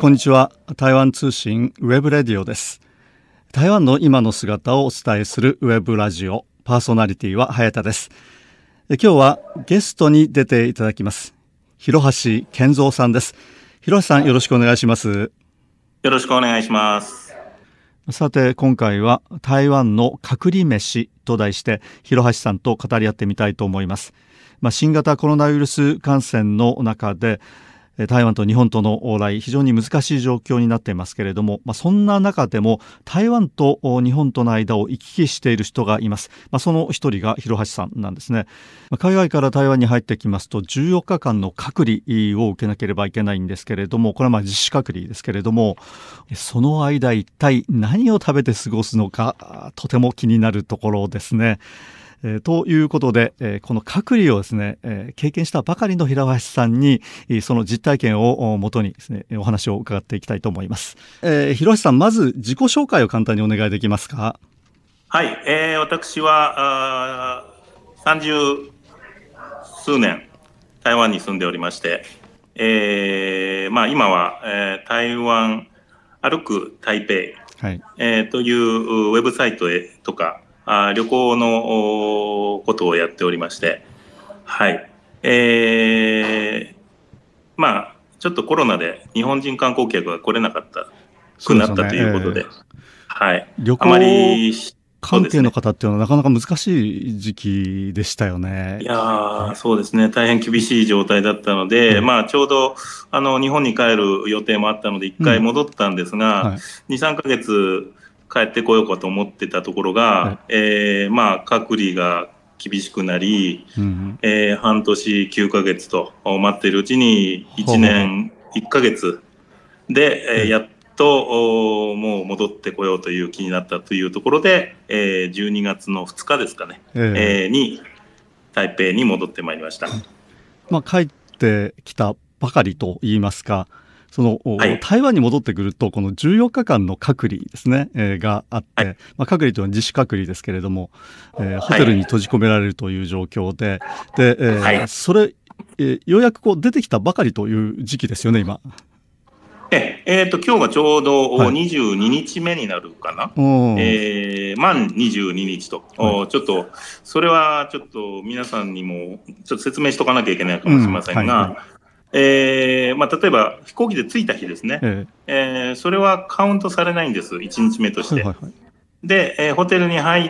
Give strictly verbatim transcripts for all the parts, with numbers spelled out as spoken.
こんにちは。台湾通信ウェブレディオです。台湾の今の姿をお伝えするウェブラジオ、パーソナリティは早田です。今日はゲストに出ていただきます。広橋健三さんです。広橋さん、よろしくお願いします。 よろしくお願いします。 さて、今回は台湾の隔離飯と題して広橋さんと語り合ってみたいと思います。まあ、新型コロナウイルス感染の中で台湾と日本との往来、非常に難しい状況になっていますけれども、まあ、そんな中でも台湾と日本との間を行き来している人がいます。まあ、その一人が広橋さんなんですね。まあ、海外から台湾に入ってきますとじゅうよっかかんの隔離を受けなければいけないんですけれども、これはまあ自主隔離ですけれども、その間一体何を食べて過ごすのか、とても気になるところですね。えー、ということで、えー、この隔離をですね、えー、経験したばかりの広橋さんにその実体験をもとにですね、お話を伺っていきたいと思います。えー、広橋さん、まず自己紹介を簡単にお願いできますか？ はい、えー、私はさんじゅう数年台湾に住んでおりまして、えーまあ、今は、えー、台湾歩く台北、はいえー、というウェブサイトへとかあ旅行のことをやっておりまして、はいえー、まあちょっとコロナで日本人観光客が来れなかったくなったということで、でねえーはい、 旅行関係の方っていうのはなかなか難しい時期でしたよね。 いやーそうですね、大変厳しい状態だったので、うんまあ、ちょうどあの日本に帰る予定もあったのでいっかい戻ったんですが、うんはい、にさんかげつ帰ってこようかと思ってたところが、はいえーまあ、隔離が厳しくなり、うんえー、半年きゅうかげつと待っているうちにいちねんいっかげつで、えー、やっともう戻ってこようという気になったというところで、えー、じゅうにがつのふつかですかね、えーえー、に台北に戻ってまいりました。 まあ、帰ってきたばかりといいますか、その、はい、台湾に戻ってくるとこのじゅうよっかかんの隔離ですね、えー、があって、はいまあ、隔離というのは自主隔離ですけれども、えー、ホテルに閉じ込められるという状況で、で、えーはい、それ、えー、ようやくこう出てきたばかりという時期ですよね、今。 ええー、と今日がちょうどにじゅうににちめになるかな、はいえー、満にじゅうににちと、はい、ちょっとそれはちょっと皆さんにもちょっと説明しとかなきゃいけないかもしれませんが、うんはいはいえーまあ、例えば飛行機で着いた日ですね、ええー、それはカウントされないんです、いちにちめとして。はいはいはい、で、えー、ホテルに入って、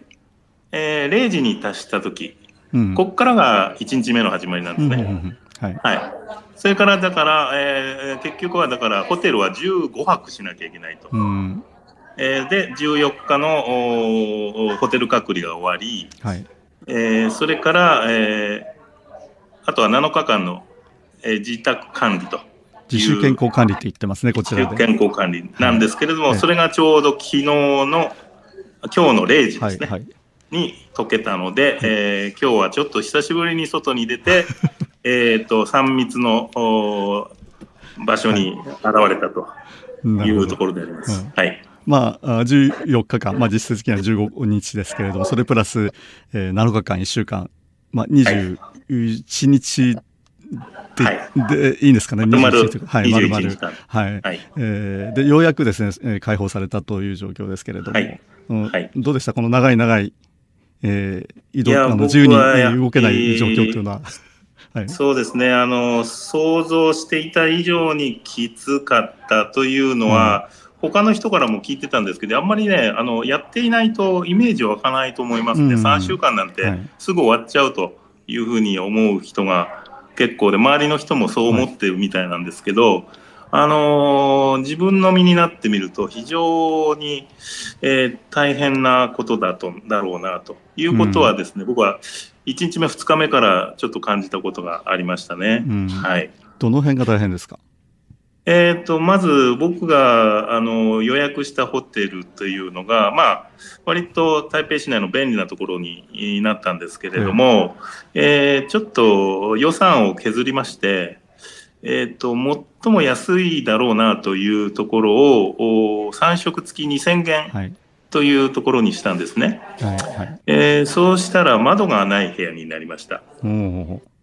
えー、れいじに達した時、うん、ここからがいちにちめの始まりなんですね。うんうんうんはいはい、それからだから、えー、結局はだからホテルはじゅうごはくしなきゃいけないと、うんえー、でじゅうよっかのホテル隔離が終わり、はいえー、それから、えー、あとはなのかかんの、えー、自宅管理と自主健康管理って言ってますね、こちらで。 自主健康管理なんですけれども、はい、それがちょうど昨日の今日のれいじですね、はいはい、に解けたので、はいえー、今日はちょっと久しぶりに外に出てえーとさん密の場所に現れたというところであります。はいはいまあ、じゅうよっかかん、まあ、実質的にはじゅうごにちですけれども、それプラス、えー、なのかかんいっしゅうかん、まあ、にじゅういちにちで、はい、でいいんですかね、 丸々 はい、丸々、はいはいえー、でようやくですね解放されたという状況ですけれども、はいうんはい、どうでした、この長い長い、えー、移動あの自由に動けない状況というのは。 はい、そうですね、あの想像していた以上にきつかったというのは、うん、他の人からも聞いてたんですけど、あんまりねあのやっていないとイメージ湧かないと思いますね、うん、さんしゅうかんなんてすぐ終わっちゃうというふうに思う人が結構で、周りの人もそう思ってるみたいなんですけど、はいあのー、自分の身になってみると非常に、えー、大変なことだとだろうなということはですね、うん、僕はいちにちめふつかめからちょっと感じたことがありましたね、うんはい、 どの辺が大変ですか？ えー、とまず僕があの予約したホテルというのが、まあ、割と台北市内の便利なところになったんですけれども、えー、えー、ちょっと予算を削りまして、えー、と最も安いだろうなというところをさんしょく付きにせんげん、はい、というところにしたんですね、はいはいえー、そうしたら窓がない部屋になりました。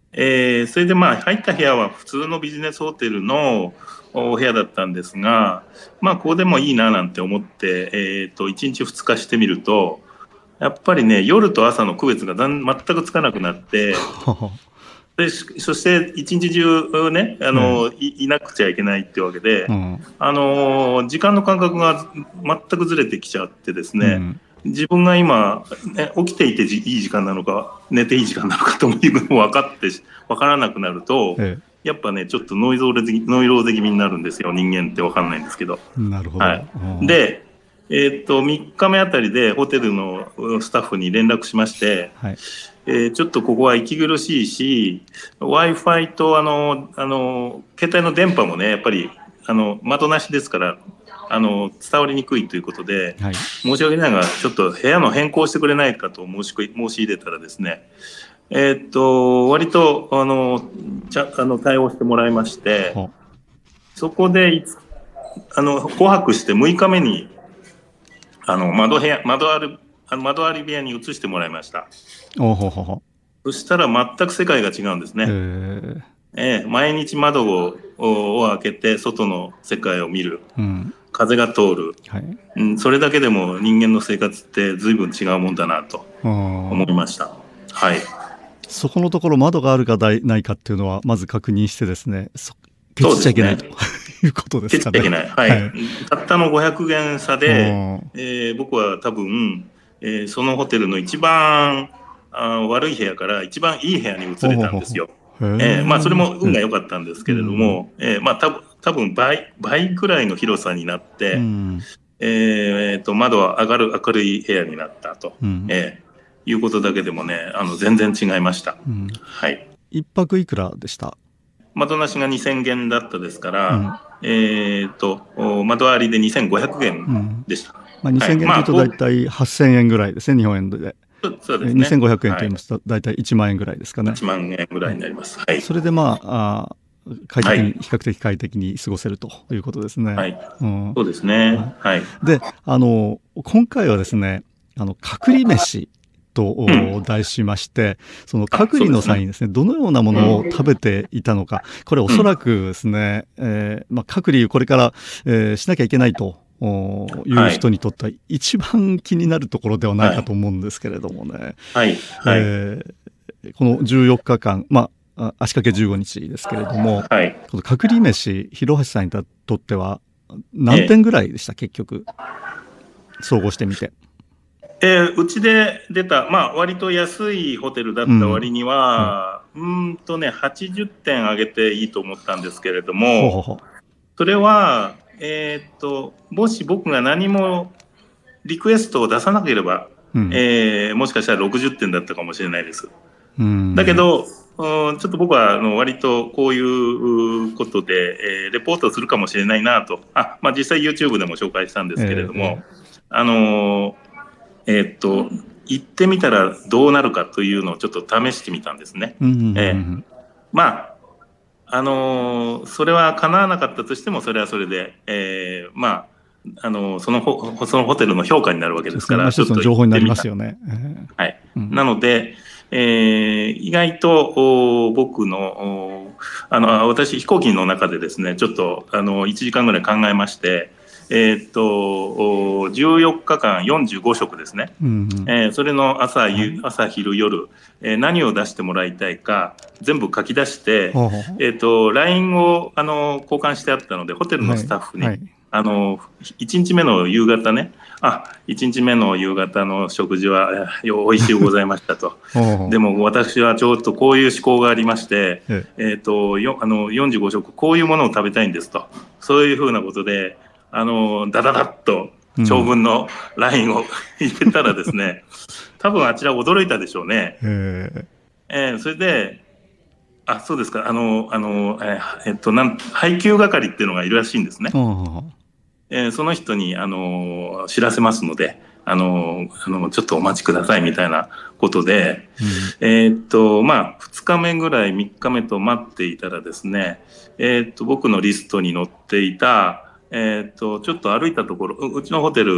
えー、それでまあ入った部屋は普通のビジネスホテルのお部屋だったんですが、まあここでもいいななんて思って、えー、といちにちふつかしてみると、やっぱりね、夜と朝の区別がだん全くつかなくなってでそして一日中ね、あの、うん、い, いなくちゃいけないってわけで、うん、あの時間の感覚が全くずれてきちゃってですね、うん、自分が今、ね、起きていていい時間なのか寝ていい時間なのかというのも分かって分からなくなると、ええ、やっぱねちょっとノイローゼノイローゼ気味になるんですよ。人間って分かんないんですけど。 なるほど、 はい、で、えー、っとみっかめあたりでホテルのスタッフに連絡しまして、はい、えー、ちょっとここは息苦しいし Wi-Fi とあのあの携帯の電波もねやっぱりあの窓なしですからあの伝わりにくいということで、はい、申し訳ないがちょっと部屋の変更してくれないかと申し申し入れたらですね、えー、っと割とあのちゃあの対応してもらいまして、そこであのごはくしてむいかめにあの 窓, 部屋窓あるあの窓あり部屋に移してもらいました。 おほほほ。 そしたら全く世界が違うんですね。えー、毎日窓 を, を開けて外の世界を見る、うん、風が通る、はい、うん、それだけでも人間の生活って随分違うもんだなと思いました。はい、 そこのところ窓があるかないかっていうのはまず確認してですね、消しちゃいけないということですかね。 消しちゃいけない、はい、はい、たったのごひゃくえん差で、えー、僕は多分、えー、そのホテルの一番あ悪い部屋から一番いい部屋に移れたんですよ。えーまあ、それも運が良かったんですけれども、うん、えーまあ、た多分 倍, 倍くらいの広さになって、うん、えー、と窓は上がる明るい部屋になったと、うん、えー、いうことだけでもねあの全然違いました。うん、はい、 一泊いくらでした？ 窓なしがにせんえんだったですから、うん、えー、と窓ありでにせんごひゃくえんでした。うん、 まあ、にせんえんというと大体はっせんえんぐらいですね、日本円で。 そうですね、 にせんごひゃくえんと言いますと大体いちまんえんぐらいですかね。 いちまんえんぐらいになります。はい、 それでまあ、あ快適に、はい、比較的快適に過ごせるということですね。 はい、うん、そうですね。はい。 で、あの今回はですね、あの隔離飯と題しまして、うん、その隔離の際にですね、どのようなものを食べていたのか、これおそらくですね、うん、えーまあ、隔離これから、えー、しなきゃいけないという人にとっては一番気になるところではないかと思うんですけれどもね。 はいはい、 えー、このじゅうよっかかん、まあ足掛けじゅうごにちですけれども、はい、この隔離飯、広橋さんにとっては何点ぐらいでした、えー、結局総合してみて。 えー、うちで出た、まあ、割と安いホテルだった割には、うん、うんとねはちじゅってんあげていいと思ったんですけれども、ほうほうほう、それはえー、っともし僕が何もリクエストを出さなければ、うん、えー、もしかしたらろくじゅってんだったかもしれないです。うん、だけど、うん、ちょっと僕はあの割とこういうことで、えー、レポートをするかもしれないなと、あ、まあ、実際 YouTube でも紹介したんですけれども、えー、あのえー、っと行ってみたらどうなるかというのをちょっと試してみたんですね。うんうんうん、えー、まああのー、それは叶わなかったとしてもそれはそれで、えー、まあ、あのー、そのホ、そのホテルの評価になるわけですから、 ちょっと情報になりますよね。 はい、うん、なので、えー、意外と僕のあの私飛行機の中でですねちょっとあのいちじかんぐらい考えまして、えー、っとじゅうよっかかんよんじゅうごしょくですね、うんうん、えー、それの 朝, 朝昼夜、えー、何を出してもらいたいか全部書き出して、ほうほう、えー、と ライン をあの交換してあったのでホテルのスタッフに、はいはい、あのいちにちめの夕方ね、あいちにちめの夕方の食事はおいしゅうございましたとでも私はちょっとこういう思考がありまして、ええー、とよあのよんじゅうごしょくこういうものを食べたいんですと、そういうふうなことであのダダダッと長文の ライン を入れたらですね、うん、多分あちら驚いたでしょうね。えー、それであそうですか、あのあの、えーえっと、なん配給係っていうのがいるらしいんですね。えー、その人にあの知らせますのであのあのちょっとお待ちくださいみたいなことで、うん、えー、っとまあふつかめぐらいみっかめと待っていたらですね、えー、っと僕のリストに載っていた、えー、っとちょっと歩いたところ、うちのホテル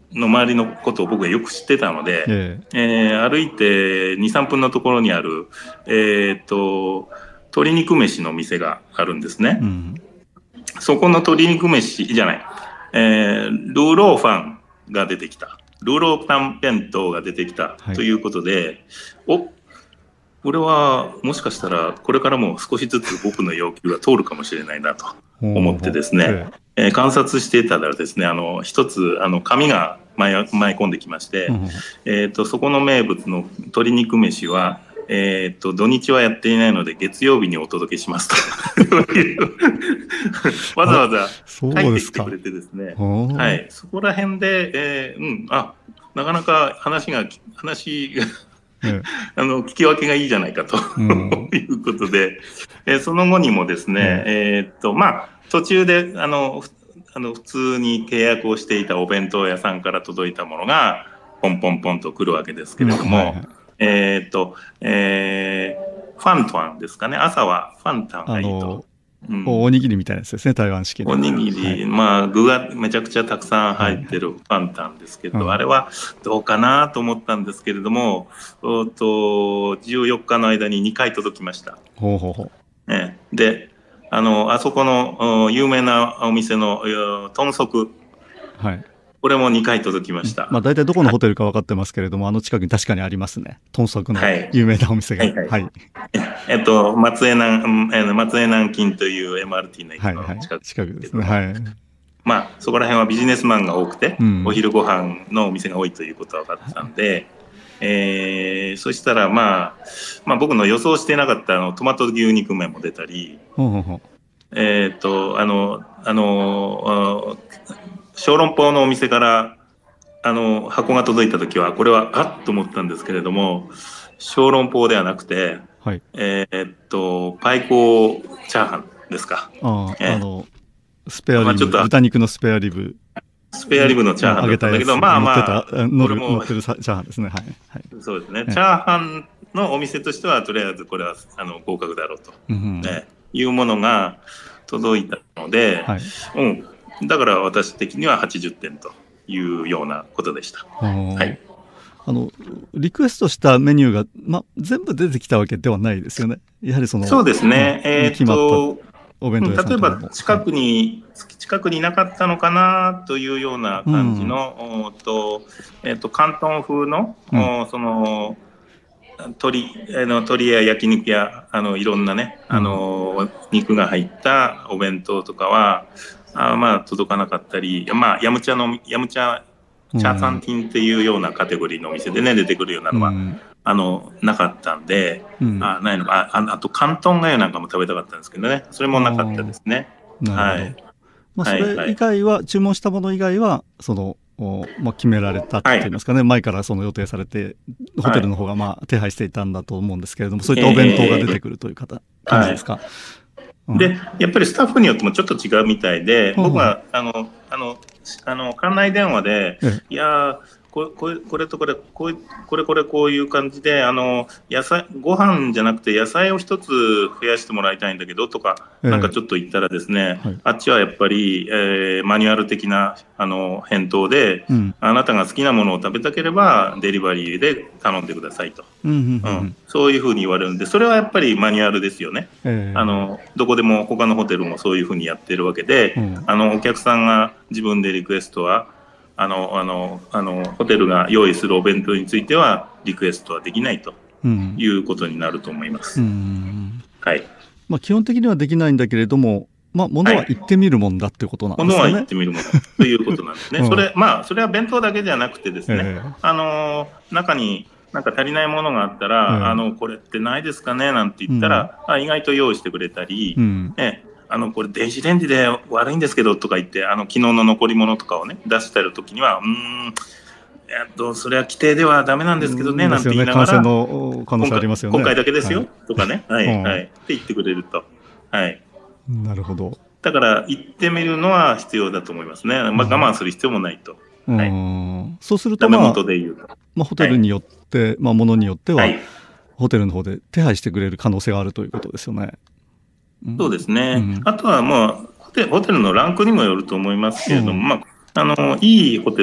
の周りのことを僕はよく知ってたので、えーえー、歩いてに、さんぷんのところにある、えー、っと鶏肉飯の店があるんですね、うん、そこの鶏肉飯じゃない、えー、ルーローファンが出てきた、ルーローパン弁当が出てきたということで、はい、おこれはもしかしたらこれからも少しずつ僕の要求が通るかもしれないなと思ってですね、えー、観察していたらですね、あの一つあの紙が舞い込んできまして、うん、えー、とそこの名物の鶏肉飯は、えー、と土日はやっていないので月曜日にお届けしますとわざわざ書いてきてくれてですね、はい、そこら辺で、えーうん、あなかなか話が話がね、あの聞き分けがいいじゃないかと、うん、いうことで、えー、その後にもですね、うん、えー、っとまあ途中であのあの普通に契約をしていたお弁当屋さんから届いたものがポンポンポンと来るわけですけれども、うん、はいはい、えー、っと、えー、ファントンですかね、朝はファンタンがいいと。 うん、おにぎりみたいなやつですね、台湾式の。 おにぎり、はい、まあ具がめちゃくちゃたくさん入ってるファンタンですけど、はいはい、あれはどうかなと思ったんですけれども、おとじゅうよっかの間ににかい届きました。 ほうほうほう、 ね、で あのあそこの有名なお店の豚足、はい、これもにかい届きました。 まあ、大体どこのホテルか分かってますけれども、あの近くに確かにありますね、豚足の有名なお店が。はいはいはい、 えっと、松江南、松江南京という エムアールティー の駅の近く、はいはい、 近くですね。はい、 まあ、そこら辺はビジネスマンが多くて、うん、お昼ご飯のお店が多いということは分かってたんで、えー、そしたら、まあ、まあ僕の予想してなかったあのトマト牛肉麺も出たり、ほうほうほう、えっとあのあの小籠包のお店からあの箱が届いた時はこれはあっと思ったんですけれども、小籠包ではなくて、はい、えー、っとパイコーチャーハンですか。 あ、えー、あのスペアリブ、まあ、ちょっと豚肉のスペアリブ、 スペアリブのチャーハンだったんだけど、まあまあ乗る乗ってるチャーハンですね。はい、はい、 そうですね。チャーハンのお店としてはとりあえずこれはあの合格だろうと、うん、ね、いうものが届いたので、はい、うん、だから私的にははちじゅってんというようなことでした。はい。 あのリクエストしたメニューが、ま、全部出てきたわけではないですよね。やはりそのそうですね、 うん、えー、決まったお弁当屋さん例えば近くに、はい、近くになかったのかなというような感じの、うん、おとえー、と広東風の、うん、その鶏あの鶏や焼肉やあのいろんなね、あの肉が入ったお弁当とかはあまあ届かなかったり、まあヤムチャのヤムチャチャーサンティンっていうようなカテゴリーのお店でね出てくるようなのは、うん、あのなかったんで、うん、あないのか、ああと広東粥なんかも食べたかったんですけどね、それもなかったですね。はい。 まあ、それ以外は、はい、注文したもの以外はそのまあ、決められたって言いますかね、はい、前からその予定されてホテルの方がまあ手配していたんだと思うんですけれども、そういったお弁当が出てくるという方、えー、感じですか。はい、 うん、でやっぱりスタッフによってもちょっと違うみたいで、僕はあのあのあの館内電話で、ええ、いやこれ、これ、これとこれこうこれこれこういう感じで、あの野菜ご飯じゃなくて野菜を一つ増やしてもらいたいんだけどとか、ええ、なんかちょっと言ったらですね、はい、あっちはやっぱり、えー、マニュアル的なあの返答で、うん、あなたが好きなものを食べたければデリバリーで頼んでくださいと、うんうんうんうん、そういうふうに言われるんで、それはやっぱりマニュアルですよね。ええ、あのどこでも他のホテルもそういうふうにやってるわけで、うん、あのお客さんが自分でリクエストはあのあのあのホテルが用意するお弁当についてはリクエストはできないということになると思います。うん、はい。 まあ、基本的にはできないんだけれども、まあ、物は行ってみるもんだっていうことなんですね。 物は行ってみるものということなんですね。うん、それまあそれは弁当だけじゃなくてですね、えー、あの中になんか足りないものがあったら、えー、あのこれってないですかねなんて言ったら、うん、あ意外と用意してくれたり、うん、ね、あのこれ電子レンジで悪いんですけどとか言って、あの昨日の残り物とかをね出してる時には、うーんえっとそれは規定ではダメなんですけどね、なんて言いながら、 感染の可能性ありますよね。 今回だけですよ、はい、とかね、はい、うん、はい、って言ってくれると、はい。 なるほど。 だから行ってみるのは必要だと思いますね。まあ、我慢する必要もないと。 うん、 はい、そうすると、まあ、 で言うとまあ、ホテルによって、はい、まあ、ものによっては、はい、ホテルの方で手配してくれる可能性があるということですよね。 うん、そうですね。うん、あとはもうホテル、ホテルのランクにもよると思いますけれども、うん、まあ、あのいいホテル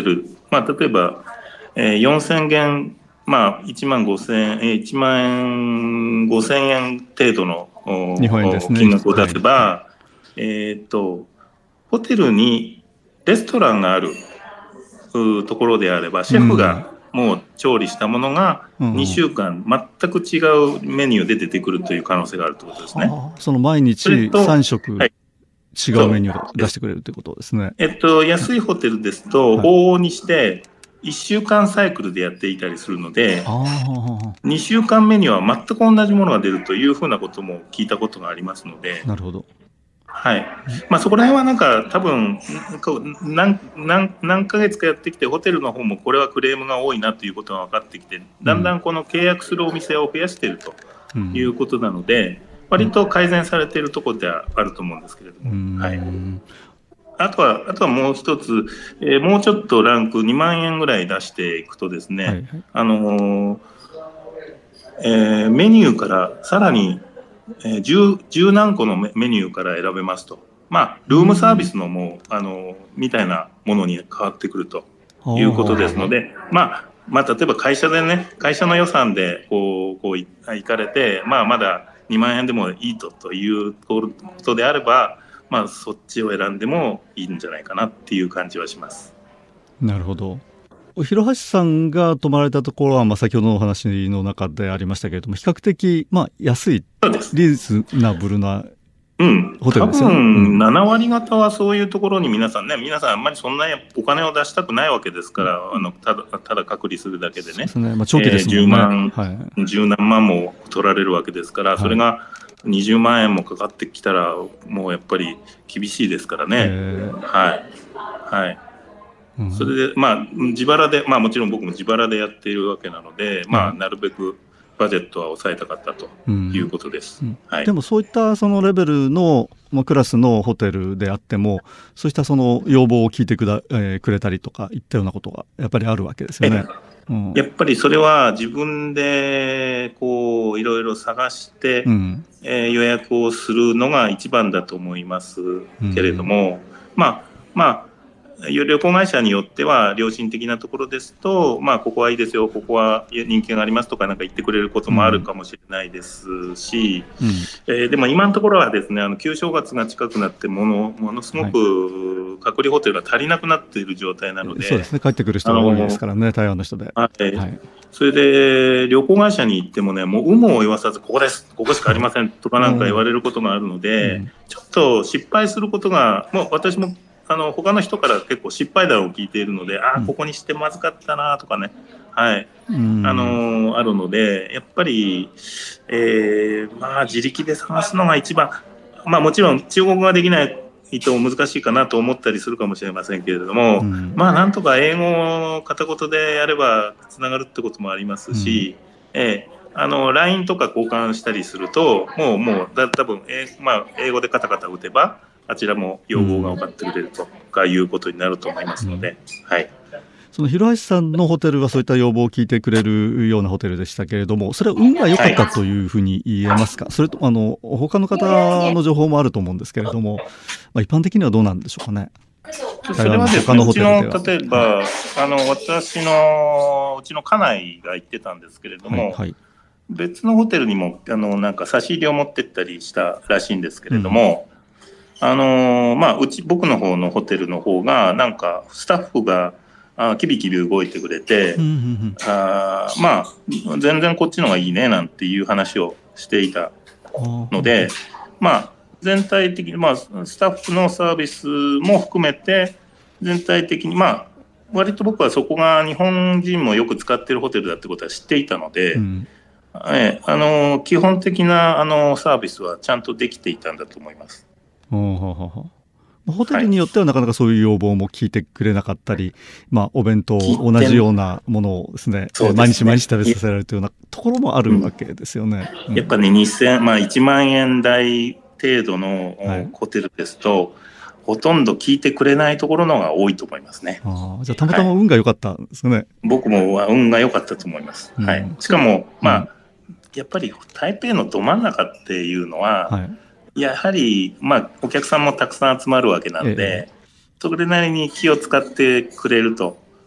まあ、例えば、えー、よんせんげん、まあ、いちまんごせんえん、えー、いちまんごせんえん程度の日本円ですね、 金額を出せば、 はい、えー、っとホテルにレストランがあるところであれば、シェフがもう調理したものがにしゅうかん全く違うメニューで出てくるという可能性があるということですね。 あ、その毎日さんしょく、はい、違うメニューを出してくれるということですね。 えっと、安いホテルですと、はい、往々にしていっしゅうかんサイクルでやっていたりするので、にしゅうかんメニューは全く同じものが出るというふうなことも聞いたことがありますので。 なるほど。 はい。まあ、そこら辺はなんか多分何、何、何ヶ月かやってきて、ホテルの方もこれはクレームが多いなということが分かってきて、だんだんこの契約するお店を増やしているということなので、うん、割と改善されているところではあると思うんですけれども。うん、はい。あとは、あとはもう一つ、えー、もうちょっとランクにまんえんぐらい出していくとですね、はいはい、あのーえー、メニューからさらに、えー、十, 十何個のメニューから選べますと。まあ、ルームサービスのもう、あのー、みたいなものに変わってくるということですので、まあ、まあ、例えば会社でね、会社の予算でこう、こう行かれて、まあ、まだにまんえんでもいいと、ということであれば、まあ、そっちを選んでもいいんじゃないかなっていう感じはします。 なるほど。広橋さんが泊まられたところは、まあ、先ほどのお話の中でありましたけれども、比較的、まあ、安いリーズナブルなホテルですよね。 多分ななわり方はそういうところに皆さんね、皆さんあんまりそんなお金を出したくないわけですから、うん、あのただただ隔離するだけでね、そうですね、まあ、長期ですもんね、えー、じゅうまん、はい、じゅうなんまんも取られるわけですから、それがにじゅうまんえんもかかってきたらもうやっぱり厳しいですからね。はいはい、うん、それでまあ自腹で、まあもちろん僕も自腹でやっているわけなので、まあなるべくバジェットは抑えたかったということです。うんうんはい、 でもそういったそのレベルの、まあ、クラスのホテルであっても、そうしたその要望を聞いてくだ、えー、くれたりとかいったようなことがやっぱりあるわけですよね。 うん、やっぱりそれは自分でこういろいろ探して、うんえー、予約をするのが一番だと思いますけれども、うん、まあまあ旅行会社によっては良心的なところですと、まあ、ここはいいですよ、ここは人気がありますとかなんか言ってくれることもあるかもしれないですし、うんえー、でも今のところはですね、あの旧正月が近くなってもの、ものすごく隔離ホテルが足りなくなっている状態なので、はい、 そうですね、帰ってくる人が多いですからね、台湾の人で。 はいはい、それで旅行会社に行ってもね、もう有無を言わさずここです、ここしかありませんとかなんか言われることがあるので、うん、ちょっと失敗することが、もう私もあの他の人から結構失敗談を聞いているので、ああここにしてまずかったなとかね、はい、あのー、あるので、やっぱり、えー、まあ自力で探すのが一番、まあもちろん中国語ができないと難しいかなと思ったりするかもしれませんけれども、うん、まあなんとか英語を片言でやればつながるってこともありますし、うんえー、あの ライン とか交換したりすると、もうもうだ多分、えーまあ、英語でカタカタ打てばあちらも要望が分かってくれるとかいうことになると思いますので、うんはい、 その広橋さんのホテルはそういった要望を聞いてくれるようなホテルでしたけれども、それは運が良かったというふうに言えますか、はい、それとあの他の方の情報もあると思うんですけれども、まあ、一般的にはどうなんでしょうかね。 それはですね、うちの例えば、はい、あの私のうちの家内が行ってたんですけれども、はいはい、別のホテルにもあのなんか差し入れを持ってったりしたらしいんですけれども、うんあのーまあ、うち僕の方のホテルの方がなんかスタッフがあキビキビ動いてくれて、うんうんうん、あまあ全然こっちの方がいいねなんていう話をしていたので、まあ全体的に、まあ、スタッフのサービスも含めて全体的にまあ割と僕はそこが日本人もよく使っているホテルだってことは知っていたので、うんえあの基本的なあのサービスはちゃんとできていたんだと思います。 ホテルによってはなかなかそういう要望も聞いてくれなかったり、はいまあ、お弁当同じようなものをですね、ですね毎日毎日食べさせられるというようなところもあるわけですよね。 うん、やっぱり、ね、にせん、まあ、いちまんえん台程度のホテルですと、はい、ほとんど聞いてくれないところのが多いと思いますね。 あじゃあたまたま運が良かったんですね。はい、 僕も運が良かったと思います。うんはい、しかも、まあ、うん、やっぱり台北のど真ん中っていうのは、はいやはり、まあ、お客さんもたくさん集まるわけなので、ええ、それなりに気を使ってくれると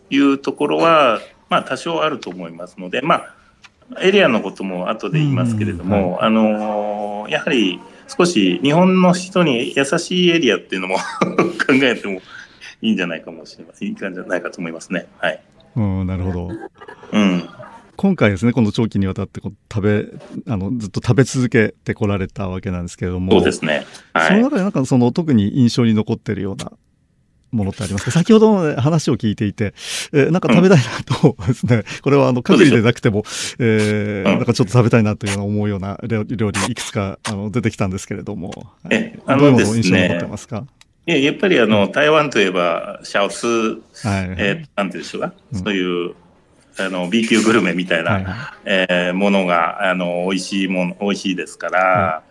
いうところは、まあ、多少あると思いますので、まあ、エリアのことも後で言いますけれども、はい、あのやはり少し日本の人に優しいエリアっていうのも考えてもいいんじゃないかもしれません。いいんじゃないかと思いますね。はい。 うん、なるほど。 うん。 今回ですね、この長期にわたってこう食べあのずっと食べ続けてこられたわけなんですけれども、 そうですね。はい、 その中でなんかその特に印象に残っているようなものってありますか？先ほどの、ね、話を聞いていて、えー、なんか食べたいなとですね、うん、これはあの隔離でなくても、えー、なんかちょっと食べたいなというのを思うような料理いくつかあの出てきたんですけれども、 えあのどういうもの印象に残ってますか？ いややっぱりあの、うん、台湾といえばシャオス、はいはい、えー、なんていうんでしょうか、うん、そういうあの B 級グルメみたいな、はいはい、えー、ものがあの美味しいもの美味しいですから、はい、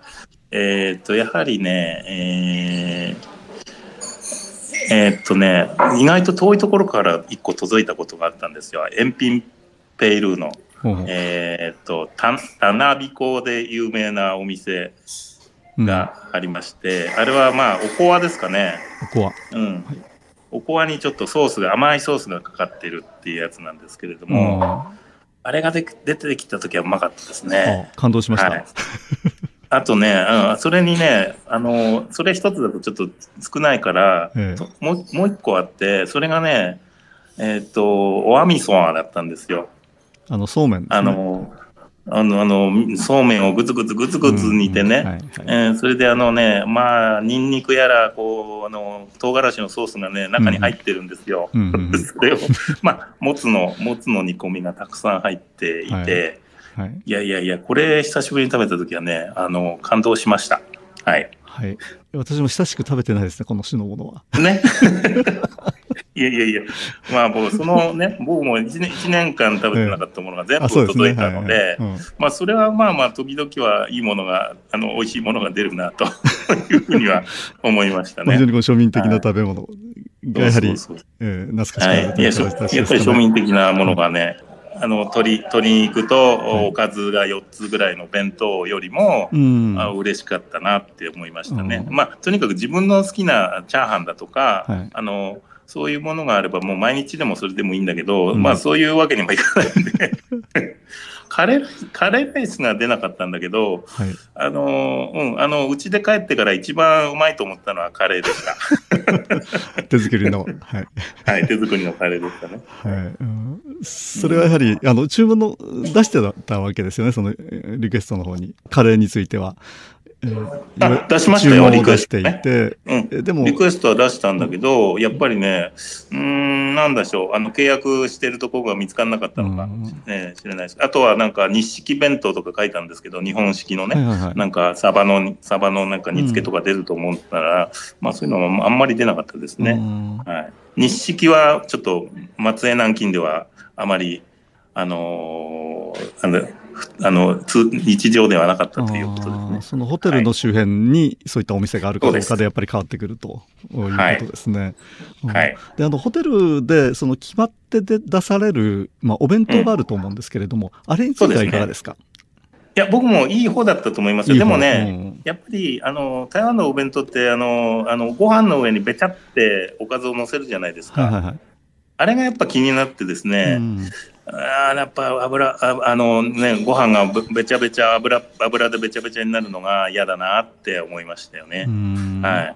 えー、っとやはりね、えー、えー、っとね意外と遠いところから一個届いたことがあったんですよ。エンピンペイルーの、うん、えー、っとたなびこで有名なお店がありまして、うん、あれはまあおこわですかね。 おこわ、 うん、はい、おこわにちょっとソースが甘いソースがかかってるっていうやつなんですけれども、うん、あれがで出てきた時はうまかったですね。 感動しました。はい、 あとね、うん、それにね、あのそれ一つだとちょっと少ないから、ええ、もうもう一個あって、それがね、えっとおわみそあだったんですよ。 あのそうめんですね。 あのあのあのそうめんをぐつぐつぐつぐつ煮てね、それであのね、まあニンニクやらこうあの唐辛子のソースがね中に入ってるんですよ。うんうん、それをまあもつのもつの煮込みがたくさん入っていて、はいはい、いやいやいやこれ久しぶりに食べた時はねあの感動しました。はい。 はい。私も親しく食べてないですね、この種のものは。 ね。いやいやいや、まあ僕そのね、僕も一年、一年間食べてなかったものが全部届いたので、まあそれはまあまあ時々はいいものが、あの美味しいものが出るなというふうには思いましたね。 非常にこう庶民的な食べ物がやはり懐かしくなるという形ですかね。 やっぱり庶民的なものがね、あの鶏、鶏肉とおかずがよっつぐらいの弁当よりも、はい、あ嬉しかったなって思いましたね。うん、まあとにかく自分の好きなチャーハンだとか、はい、あのそういうものがあればもう毎日でもそれでもいいんだけど、うん、まあそういうわけにもいかないんでカレーカレーライスが出なかったんだけど、はい、あのうんあのうちで帰ってから一番うまいと思ったのはカレーでした手作りの、 はい、はい、手作りのカレーでしたね。 はい、うん、それはやはり、うん、あの注文の出してたわけですよね、そのリクエストの方にカレーについては。 えー、出しましたよ、リクエスト、ね、 うん、 でもリクエストは出したんだけど、うん、やっぱりね、うーん、なんでしょう、あの契約してるところが見つからなかったのかもしれないです。あとはなんか日式弁当とか書いたんですけど、日本式のね、はいはいはい、なんかサバのサバのなんか煮付けとか出ると思ったら、うん、まあそういうのはあんまり出なかったですね。はい、日式はちょっと松江南京ではあまりあのー、あのあの日常ではなかったということですね。 そのホテルの周辺にそういったお店があるかどうかでやっぱり変わってくるということですね。はい。で、あのホテルでその決まってで出される、まあ、お弁当があると思うんですけれども、うん、あれについてはいかがですか？ いや僕もいい方だったと思いますよ。でもね、うん、やっぱりあの台湾のお弁当ってあのあのご飯の上にべちゃっておかずを乗せるじゃないですか。はいはいはい、あれがやっぱ気になってですね。うん、あやっぱ油 あ, あのねご飯がべちゃべちゃ 油, 油でべちゃべちゃになるのが嫌だなって思いましたよね。はい、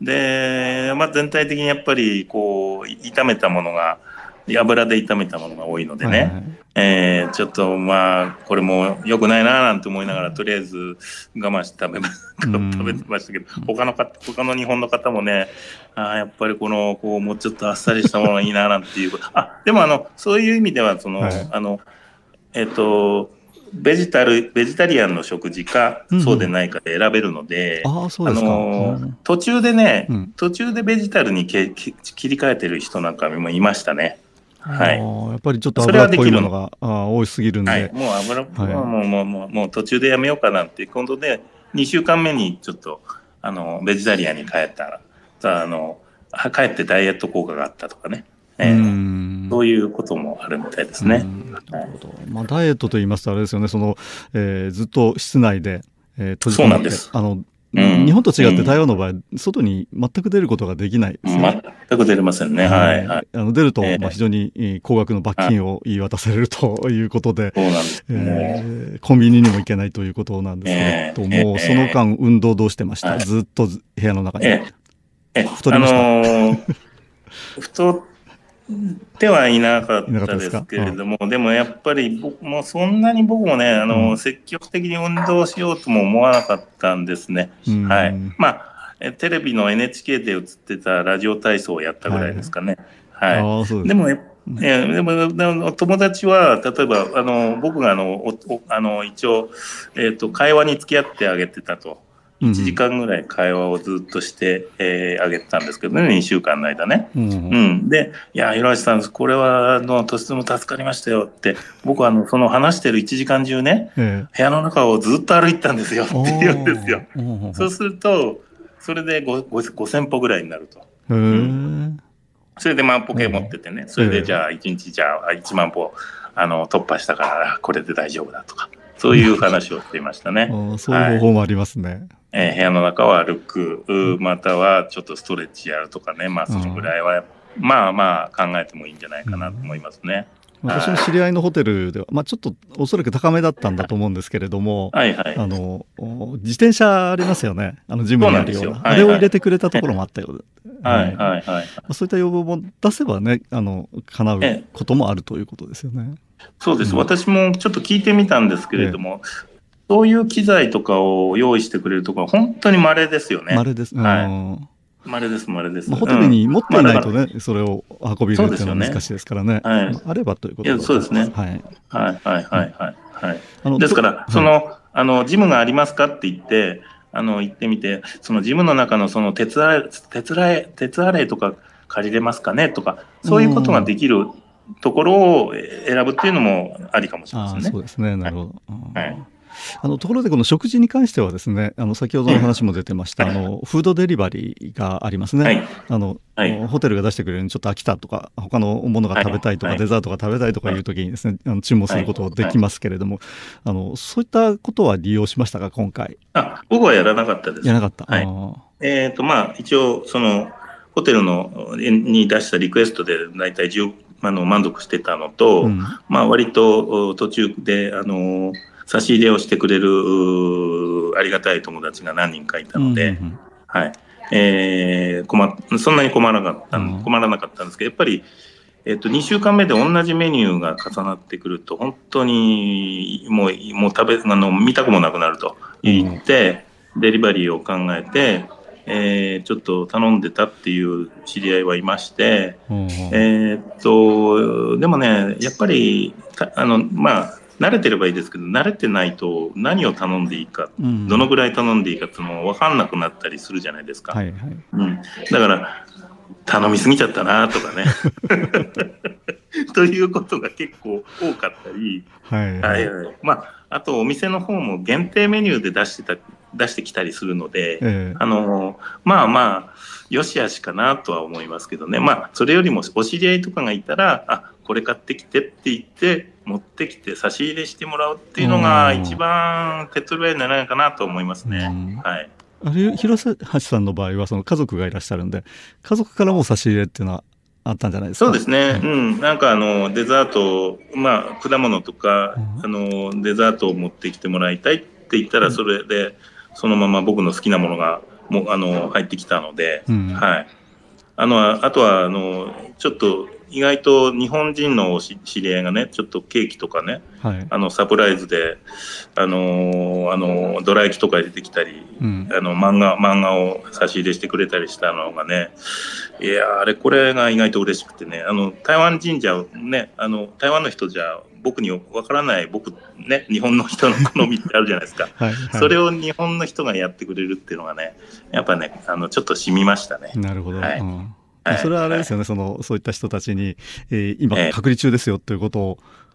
で、まあ、全体的にやっぱりこう炒めたものが油で炒めたものが多いのでね、はいはい、えー、ちょっとまあこれも良くないななんて思いながらとりあえず我慢して食べま食べてましたけど、他の方他の日本の方もね、あやっぱりこのこうもうちょっとあっさりしたものがいいななんていうあでもあのそういう意味ではその、はい、あのえっ、ー、とベジタルベジタリアンの食事か、うん、そうでないかで選べるので、 あそうですか、あのー、途中でね、うん、途中でベジタルにけき切り替えてる人なんかもいましたね。はい、 やっぱりちょっと油っぽいものがあ多すぎるんで、はい、 もう油っぽい、はい、もうもうもうもう途中でやめようかなって今度でにしゅうかんめにちょっとあのベジタリアンに帰ったらあの帰ってダイエット効果があったとかね、えー、うんそういうこともあるみたいですね。 なるほど、まあ、ダイエットと言いますとあれですよね、その、えー、ずっと室内で、えー、閉じ込めてあのうん、日本と違って台湾の場合、うん、外に全く出ることができないですね。 全く出れませんね。はい、はい。 あの出ると、まあ、非常に高額の罰金を言い渡されるということで、 そうなんです、 えー、コンビニにも行けないということなんですけども、えーえー、その間運動どうしてました？はい、ずっと部屋の中に。えーえ太りました？ あのー、太ってはいなかったですけれども、でもやっぱり僕もそんなに僕もね、あの、うん、積極的に運動しようとも思わなかったんですね。はい。まあ、テレビの エヌエイチケー で映ってたラジオ体操をやったぐらいですかね。はい。はい、でも、えでも、でも友達は例えばあの僕があのおあの一応、えーと、会話に付き合ってあげてたと。いちじかんぐらい会話をずっとしてあ、えー、げてたんですけどね、にしゅうかんの間ね。うんうんうん、で、いや、広橋さん、これはあのとても助かりましたよって、僕はあのその話してるいちじかん中ね、ええ、部屋の中をずっと歩いてたんですよって言うんですよ。そうすると、それでごせんぽぐらいになると。うん、それで万歩計持っててね、それでじゃあいちにちじゃあいちまん歩あの突破したからこれで大丈夫だとか、そういう話をしていましたね。 そういう方法もありますね。はい、 えー、部屋の中を歩く、またはちょっとストレッチやるとかね、まあそのぐらいはまあまあ考えてもいいんじゃないかなと思いますね。 うん、私の知り合いのホテルでは、まあ、ちょっとおそらく高めだったんだと思うんですけれども、はいはい、あの自転車ありますよね、あのジムにあるような、はいはい、あれを入れてくれたところもあったようで、はいはいはい、そういった要望も出せばね、あの叶うこともあるということですよね。 そうです、うん、私もちょっと聞いてみたんですけれども、そういう機材とかを用意してくれるところは本当に稀ですよね。 稀です。 はい。稀です、稀です。 まあ、ホテルに持っていないとね、うん、それを運び入れるっていうのは難しいですからね。はい、あればということです。 そうですね。はい。はい、はい、はい、はい。ですから、その、あの、ジムがありますかって言って、あの、行ってみて、そのジムの中のその鉄アレイ、鉄アレイ、鉄アレイとか借りれますかねとか、そういうことができるところを選ぶっていうのもありかもしれませんね。 そうですね。なるほど。はい。あのところでこの食事に関してはですね、あの先ほどの話も出てました、うん、あのフードデリバリーがありますね。はい、あの、はい、ホテルが出してくれるのにちょっと飽きたとか、他のものが食べたいとか、はい、デザートが食べたいとかいう時にですね、あの注文することができますけれども、あのそういったことは利用しましたか、今回？ あ、僕はやらなかったです。 やらなかった。 はい、えっとまあ一応そのホテルのに出したリクエストで大体じゅうあの満足してたのと、うん、まあ割と途中であの差し入れをしてくれるありがたい友達が何人かいたので、うんうん、はい、えー、困そんなに困らなかった、うん、困らなかったんですけど、やっぱり、えっと、にしゅうかんめで同じメニューが重なってくると本当にもうもう食べあの見たくもなくなると言って、うん、デリバリーを考えて、えー、ちょっと頼んでたっていう知り合いはいまして、うんうん、えー、っとでもねやっぱりあのまあ慣れてればいいですけど、慣れてないと何を頼んでいいか、うん、どのぐらい頼んでいいかっていうのも分かんなくなったりするじゃないですか。はいはい、うん、だから頼みすぎちゃったなとかねということが結構多かったり、はいはいはい、まああとお店の方も限定メニューで出してた出してきたりするので、えー、あのまあまあよしあしかなとは思いますけどね。まあそれよりもお知り合いとかがいたら、あ、これ買ってきてって言って持ってきて差し入れしてもらうっていうのが一番手っ取り早いんじゃないかなと思いますね。はい。 あれ広橋さんの場合はその家族がいらっしゃるんで、家族からも差し入れっていうのはあったんじゃないですか？ そうですね。はい、うん。なんかあのデザート、まあ果物とか、うん、あのデザートを持ってきてもらいたいって言ったら、それでそのまま僕の好きなものがもあの入ってきたので、うん、はい。あのあとはあのちょっと意外と日本人の知り合いがね、ちょっとケーキとかね、はい、あのサプライズであのあのどら焼きとか入れてきたり、うん、あの漫画漫画を差し入れしてくれたりしたのがね、いやあれこれが意外と嬉しくてね、あの台湾人じゃね、あの台湾の人じゃ僕にわからない僕ね、日本の人の好みってあるじゃないですか。はい、はい、それを日本の人がやってくれるっていうのがね、やっぱね、あのちょっと染みましたね。 なるほど。 はい、 うんそれはあれですよね、はい、そのそういった人たちに、えー、今隔離中ですよということを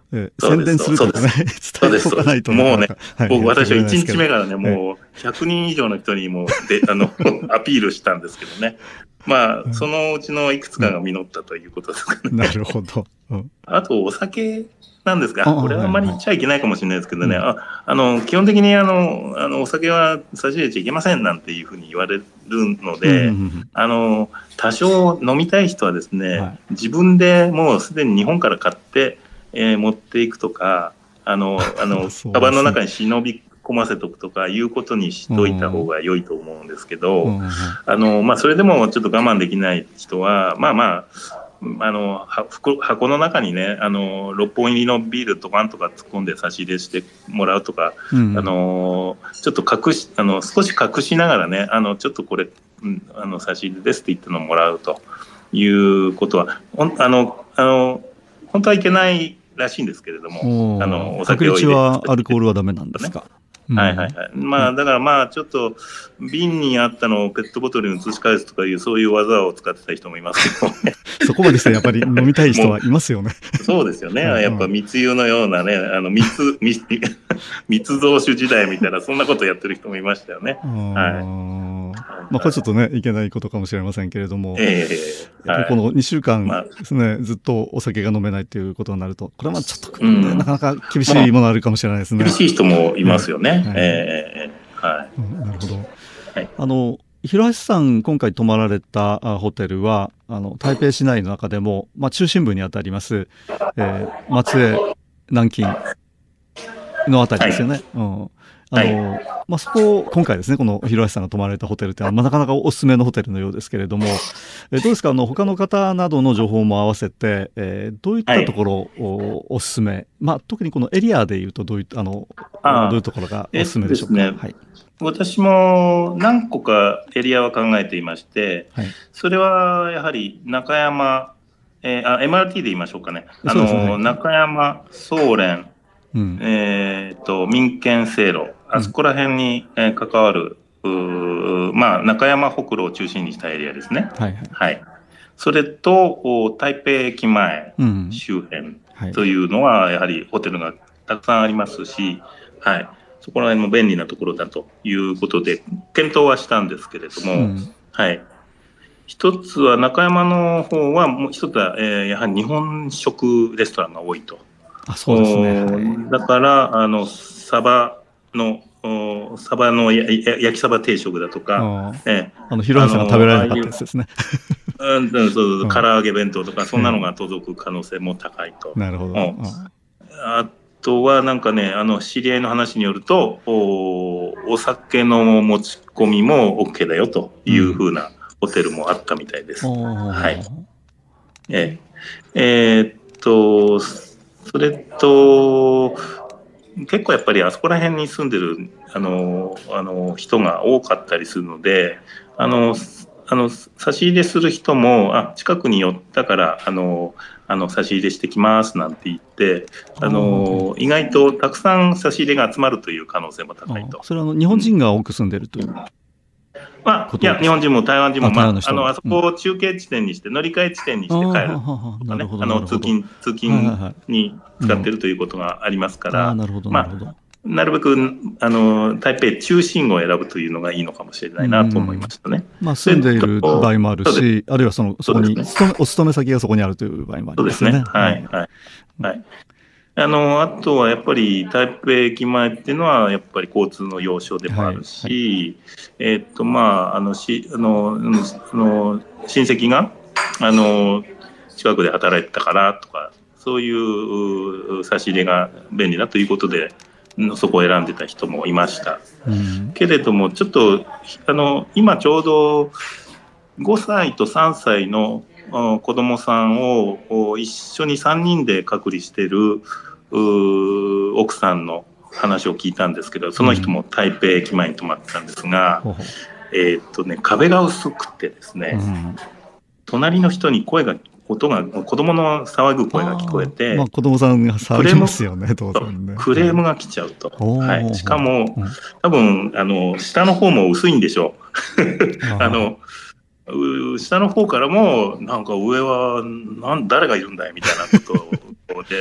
えー、宣伝するとかね、伝えておかないとね。 もうね、はい、僕、私はいちにちめからね、もうひゃくにん以上の人にもうであのアピールしたんですけどね。まあ、そのうちのいくつかが実ったということですかね。 うん、なるほど。うん、 あと、お酒なんですが、これはあんまり言っちゃいけないかもしれないですけどね、ああの基本的にあのあのお酒は差し入れちゃいけませんなんていうふうに言われるので、あの多少飲みたい人はですね、はい、自分でもうすでに日本から買って、えー、持っていくとか、あのあのカバンの中に忍び込ませておくとかいうことにしといた方が良いと思うんですけど、うん、あのまあ、それでもちょっと我慢できない人はまあまああの箱の中にね、あのろっぽん入りのビールとかんとか突っ込んで差し入れしてもらうとか、うん、あのちょっと隠しあの少し隠しながらね、あのちょっとこれ、うん、あの差し入れですって言ってのをもらうということはあのあの本当はいけないらしいんですけれども、あのお酒を入れ確率はアルコールはダメなんですか？ね、 はいはいはい。まあだからまあちょっと瓶にあったのをペットボトルに移し返すとかいうそういう技を使ってた人もいますけどね。 そこまでしてやっぱり飲みたい人はいますよね。 そうですよね。やっぱ密輸のようなね、あの密密密造酒時代みたいなそんなことやってる人もいましたよね。はい。 まあこれちょっとねいけないことかもしれませんけれども、 えーはい、このにしゅうかんですね、まあ、ずっとお酒が飲めないということになると、これはまあちょっと、ね、うん、なかなか厳しいものあるかもしれないですね。 厳しい人もいますよね。はい、えーはいうん、なるほど。はい、あの広橋さん今回泊まられたホテルはあの台北市内の中でも、まあ、中心部にあたります、えー、松江南京のあたりですよね。はい、うんあのはいまあ、そこを今回ですねこの広橋さんが泊まられたホテルってのは、まあ、なかなかおすすめのホテルのようですけれども、えー、どうですかあの他の方などの情報も合わせて、えー、どういったところをおすすめ、はいまあ、特にこのエリアでいうとどういったあのどういうところがおすすめでしょうか？えっとですね、はい、 私も何個かエリアは考えていまして、はい、それはやはり中山、えー、あ エムアールティー で言いましょうかね、あの、ねはい、中山、総連、うんえー、と民権西路あそこら辺に、えー、関わるまあ、中山北路を中心にしたエリアですね。はいはいはい、それと台北駅前周辺というのはやはりホテルがたくさんありますし、はい、そこら辺も便利なところだということで検討はしたんですけれども、うんはい、一つは中山の方はもう一つは、えー、やはり日本食レストランが多いと。 あそうですね、はい、 だからあのサバのサバのや焼きサバ定食だとか、 ええ、あの広橋さんが食べられなかったやつですね。 うん、そうそう、うん、唐揚げ弁当とかそんなのが届く可能性も高いと。 なるほど。うん、 あとはなんかねあの知り合いの話によると お, お酒の持ち込みも OK だよというふうなホテルもあったみたいです。うん、はい。えええー、っとそれと結構やっぱりあそこら辺に住んでるあのあの人が多かったりするのであのあの差し入れする人もあ近くに寄ったからあのあの差し入れしてきますなんて言ってあの意外とたくさん差し入れが集まるという可能性も高いと。 それはあの日本人が多く住んでるという、うんまあ、いや日本人も台湾人も あ, まあ, あ, のあそこを中継地点にして、うん、乗り換え地点にして帰るとかねあの通勤通勤に使っているということがありますから、なるべくあの台北中心を選ぶというのがいいのかもしれないなと思いましたね。 まあ、住んでいる場合もあるしあるいはそのそこに、ね、お勤め先がそこにあるという場合もありますね。 そうですね、はいはいはい、あのあとはやっぱり台北駅前っていうのはやっぱり交通の要衝でもあるし、はいはい、えー、っとまああのしあのあの親戚があの近くで働いてたからとかそういう差し入れが便利だということでそこを選んでた人もいました、うん、けれどもちょっとあの今ちょうどごさいとさんさいの子どもさんを一緒にさんにんで隔離している奥さんの話を聞いたんですけどその人も台北駅前に泊まってたんですが、うんえーっとね、壁が薄くてですね、うん、隣の人に声が音が子供の騒ぐ声が聞こえて、 まあ、子供さんが騒ぎますよね当然ねクレームが来ちゃうと、はい、しかも、うん、多分あの下の方も薄いんでしょうあの下の方からもなんか上はなん誰がいるんだいみたいなことで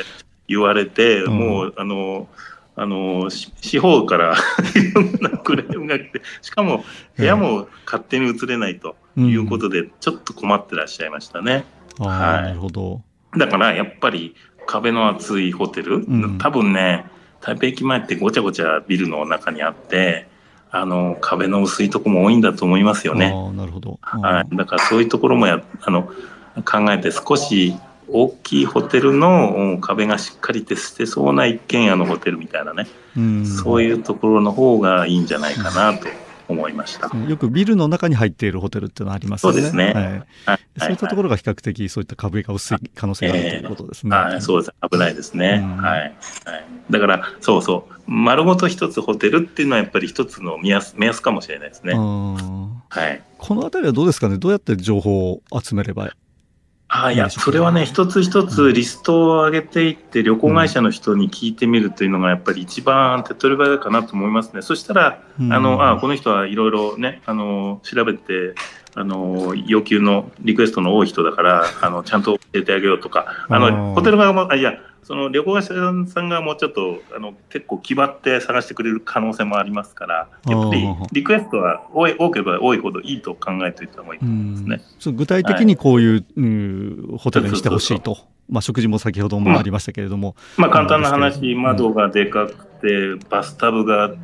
言われて、うん、もうあのあの司法からいろんなクレームが来て、しかも部屋も勝手に移れないということで、ちょっと困ってらっしゃいましたね。 うん、 はい、 なるほど。 だからやっぱり壁の厚いホテル、うん、多分ね、台北駅前ってごちゃごちゃビルの中にあって、あの壁の薄いところも多いんだと思いますよね。 あ、なるほど。 はい、だからそういうところもやあの考えて、少し大きいホテルの壁がしっかりしてそうな一軒家のホテルみたいなね、うん、そういうところの方がいいんじゃないかなと思いました。 よくビルの中に入っているホテルっていうのはありますよね。 そうですね、 はいはい、そういったところが比較的そういった壁が薄い可能性があるということですね。 えー、はい、そうです、危ないですね、うん、はいはい、だからそうそう、丸ごと一つホテルっていうのはやっぱり一つの目安、目安かもしれないですね。はい、 この辺りはどうですかね、どうやって情報を集めればいい？ あ、いや、それはね、一つ一つリストを上げていって、旅行会社の人に聞いてみるというのがやっぱり一番手っ取り早いかなと思いますね。そしたら、あのあこの人はいろいろね、あの調べて、あの要求のリクエストの多い人だから、あのちゃんと教えてあげようとか、あのホテル側も、あ、いや、その旅行会社さんがもうちょっとあの結構気張って探してくれる可能性もありますから、やっぱりリクエストは多い多ければ多いほどいいと考えておいた方がいいと思いますね。 そう、具体的にこういう、はい、うんホテルにしてほしいと、まあ、食事も先ほどもありましたけれども、 うん、まあ、簡単な話、窓がでかくてバスタブがあって、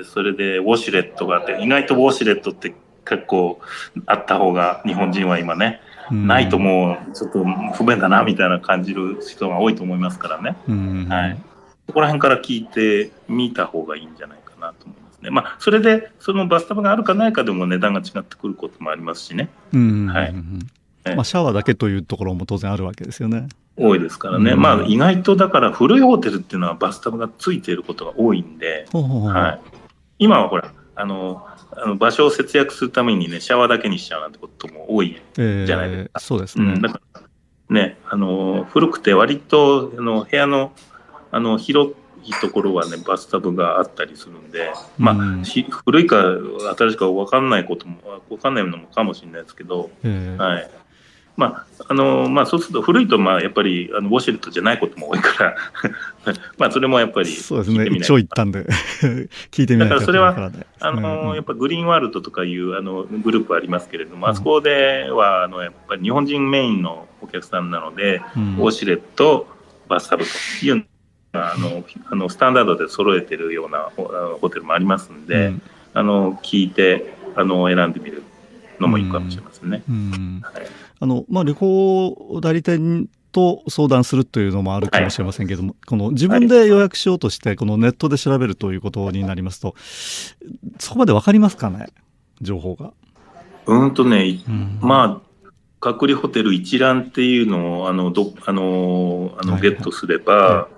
それでウォシュレットがあって、意外とウォシュレットって結構あった方が日本人は今ね、ないともうちょっと不便だなみたいな感じる人が多いと思いますからね、はい、そこら辺から聞いてみた方がいいんじゃないかなと思いますね。まあ、それでそのバスタブがあるかないかでも値段が違ってくることもありますしね、はい、 まあ、シャワーだけというところも当然あるわけですよね。 多いですからね、まあ、意外とだから古いホテルっていうのはバスタブがついていることが多いんで、はい、今はほらあのあの場所を節約するためにね、シャワーだけにしちゃうなんてことも多いじゃないですか。えー、 そうですね。うん、 だからね、あの古くて割とあの部屋のあの広いところはね、バスタブがあったりするんで、まあ、うん、古いか新しいか分かんないことも分かんないのもかもしれないですけど、えー、はい。まああのまあ、そうすると古いとまあやっぱりあのウォシュレットじゃないことも多いからまあそれもやっぱりそうですね、一応言ったんで聞いてみないと。 だからそれはあの、うん、やっぱグリーンワールドとかいうあのグループありますけれども、うん、あそこではあのやっぱり日本人メインのお客さんなので、うん、ウォシュレット、バスタブというのがあのあのスタンダードで揃えてるようなホテルもありますんで、うん、あの聞いてあの選んでみるのもいいかもしれませんね。うんうんはい、 あのまあ、旅行代理店と相談するというのもあるかもしれませんけども、はい、この自分で予約しようとしてこのネットで調べるということになりますと、そこまで分かりますかね、情報が。 うんとね、うん、まあ隔離ホテル一覧っていうのをあのどあのあのゲットすれば、はいはい、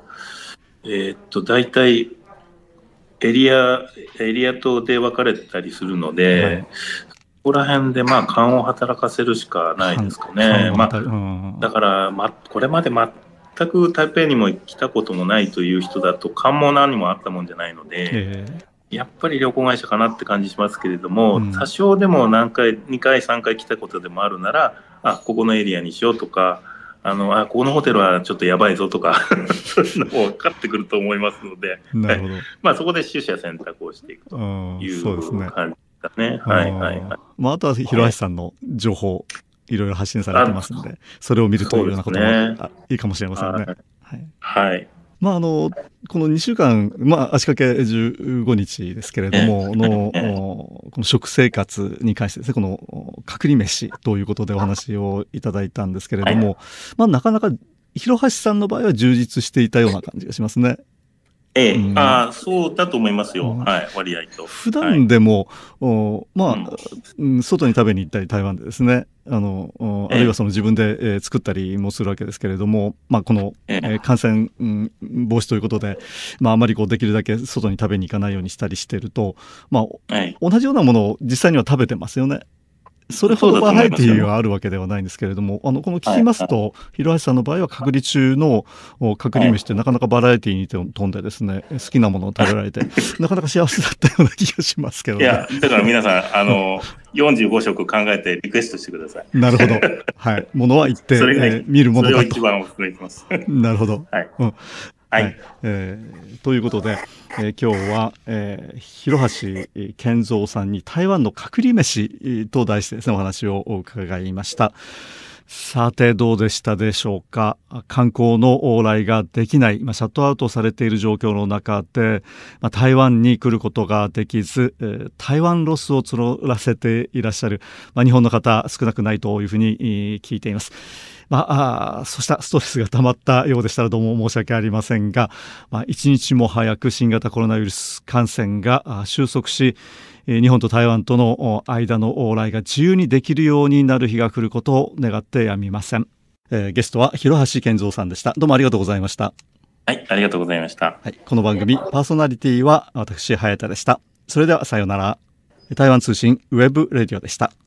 えー、っと大体エリアエリアとで分かれたりするので、はい、ここら辺でまあ勘を働かせるしかないですかね。まあ、うん、だから、ま、これまで全く台北にも来たこともないという人だと勘も何もあったもんじゃないので、やっぱり旅行会社かなって感じしますけれども、うん、多少でも何回にかいさんかい来たことでもあるなら、あここのエリアにしようとか、あのあここのホテルはちょっとやばいぞとかそういうのも分かってくると思いますので、なるほど、まあ、そこで取捨選択をしていくという感じ。ね、はいはいはい。 まあ、あとは広橋さんの情報、いろいろ発信されてますので、それを見るというようなことも、ね、いいかもしれませんね。はい。はい、まあ、あのこのにしゅうかん、まあ、足掛けじゅうごにちですけれども、のこの食生活に関してですね、この隔離飯ということでお話をいただいたんですけれども、はい、まあ、なかなか広橋さんの場合は充実していたような感じがしますね。 ええ、うん、あそうだと思いますよ、うん、はい、割合と。 普段でも、はい、まあ、うん、外に食べに行ったり台湾でですね、あの、あるいはその自分で、えー、作ったりもするわけですけれども、まあ、この、えー、感染、うん、防止ということで、まあ、あまりこうできるだけ外に食べに行かないようにしたりしてると、まあ、はい、同じようなものを実際には食べてますよね。それほどバラエティーがあるわけではないんですけれども、あのこの聞きますと、はいはい、広橋さんの場合は隔離中の隔離飯ってなかなかバラエティーに富んでですね、好きなものを食べられてなかなか幸せだったような気がしますけど、ね、 いやだから皆さんあのよんじゅうごしょく考えてリクエストしてください。 なるほど、はい、ものは言って、えー、見るものだと。 それを一番お勧めします。 なるほど、はい、うんはいはい、 えー、ということで、えー、今日は、えー、広橋健三さんに台湾の隔離飯と題してですね、お話を伺いました。さてどうでしたでしょうか。観光の往来ができない、まあ、シャットアウトされている状況の中で、まあ、台湾に来ることができず、えー、台湾ロスを募らせていらっしゃる、まあ、日本の方少なくないというふうに聞いています。まあ、あそうしたストレスが溜まったようでしたらどうも申し訳ありませんが、まあ、一日も早く新型コロナウイルス感染が収束し、日本と台湾との間の往来が自由にできるようになる日が来ることを願ってやみません。えー、ゲストは広橋健三さんでした。どうもありがとうございました。 はい、ありがとうございました。 はい、この番組パーソナリティは私早田でした。それではさようなら。台湾通信ウェブレディオでした。